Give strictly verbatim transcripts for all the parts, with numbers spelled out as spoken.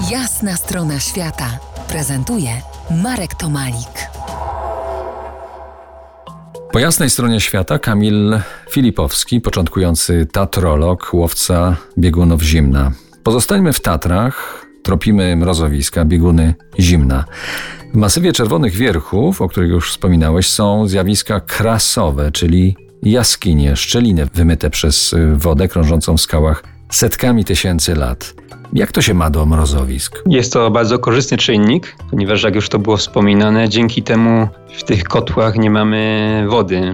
Jasna strona świata prezentuje Marek Tomalik. Po jasnej stronie świata Kamil Filipowski, początkujący tatrolog, łowca biegunów zimna. Pozostańmy w Tatrach, tropimy mrozowiska, bieguny zimna. W masywie Czerwonych Wierchów, o których już wspominałeś, są zjawiska krasowe, czyli jaskinie, szczeliny wymyte przez wodę krążącą w skałach setkami tysięcy lat. Jak to się ma do mrozowisk? Jest to bardzo korzystny czynnik, ponieważ jak już to było wspominane, dzięki temu w tych kotłach nie mamy wody.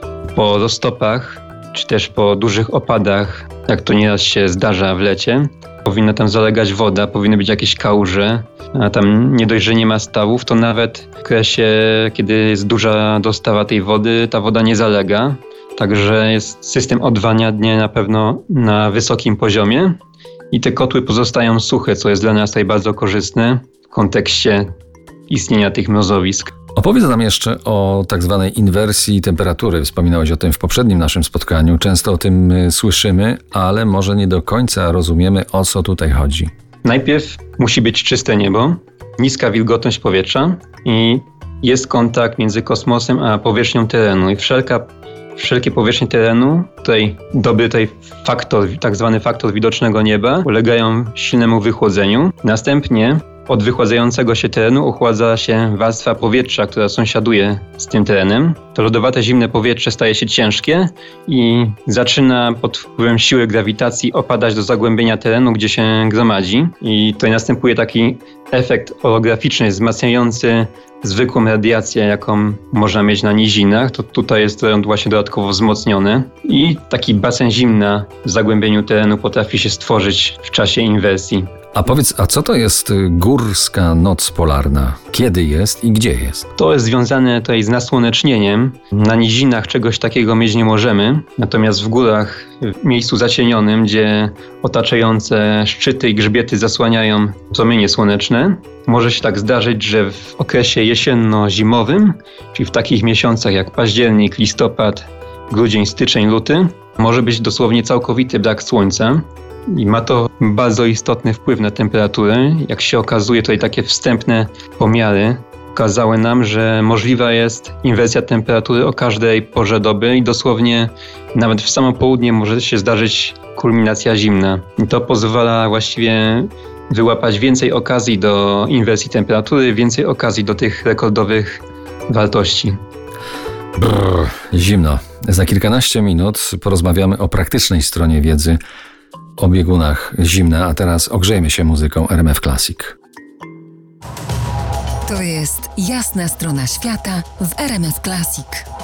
Po roztopach, czy też po dużych opadach, jak to nieraz się zdarza w lecie, powinna tam zalegać woda, powinny być jakieś kałuże, a tam nie dość, że nie ma stawów, to nawet w okresie, kiedy jest duża dostawa tej wody, ta woda nie zalega. Także jest system odwadniania na pewno na wysokim poziomie i te kotły pozostają suche, co jest dla nas tutaj bardzo korzystne w kontekście istnienia tych mrozowisk. Opowiedz nam jeszcze o tak zwanej inwersji temperatury. Wspominałeś o tym w poprzednim naszym spotkaniu. Często o tym słyszymy, ale może nie do końca rozumiemy, o co tutaj chodzi. Najpierw musi być czyste niebo, niska wilgotność powietrza i jest kontakt między kosmosem a powierzchnią terenu. I wszelka Wszelkie powierzchnie terenu, tutaj dobry tutaj faktor, tak zwany faktor widocznego nieba, ulegają silnemu wychłodzeniu. Następnie od wychładzającego się terenu ochładza się warstwa powietrza, która sąsiaduje z tym terenem. To lodowate zimne powietrze staje się ciężkie i zaczyna pod wpływem siły grawitacji opadać do zagłębienia terenu, gdzie się gromadzi. I tutaj następuje taki efekt orograficzny, wzmacniający zwykłą radiację, jaką można mieć na nizinach. To tutaj jest to właśnie dodatkowo wzmocnione. I taki basen zimna w zagłębieniu terenu potrafi się stworzyć w czasie inwersji. A powiedz, a co to jest górska noc polarna? Kiedy jest i gdzie jest? To jest związane tutaj z nasłonecznieniem. Na nizinach czegoś takiego mieć nie możemy, natomiast w górach, w miejscu zacienionym, gdzie otaczające szczyty i grzbiety zasłaniają promienie słoneczne, może się tak zdarzyć, że w okresie jesienno-zimowym, czyli w takich miesiącach jak październik, listopad, grudzień, styczeń, luty, może być dosłownie całkowity brak słońca. I ma to bardzo istotny wpływ na temperaturę. Jak się okazuje, tutaj takie wstępne pomiary pokazały nam, że możliwa jest inwersja temperatury o każdej porze doby i dosłownie nawet w samo południe może się zdarzyć kulminacja zimna. I to pozwala właściwie wyłapać więcej okazji do inwersji temperatury, więcej okazji do tych rekordowych wartości. Brrr, zimno. Za kilkanaście minut porozmawiamy o praktycznej stronie wiedzy o biegunach zimna, a teraz ogrzejmy się muzyką R M F Classic. To jest jasna strona świata w R M F Classic.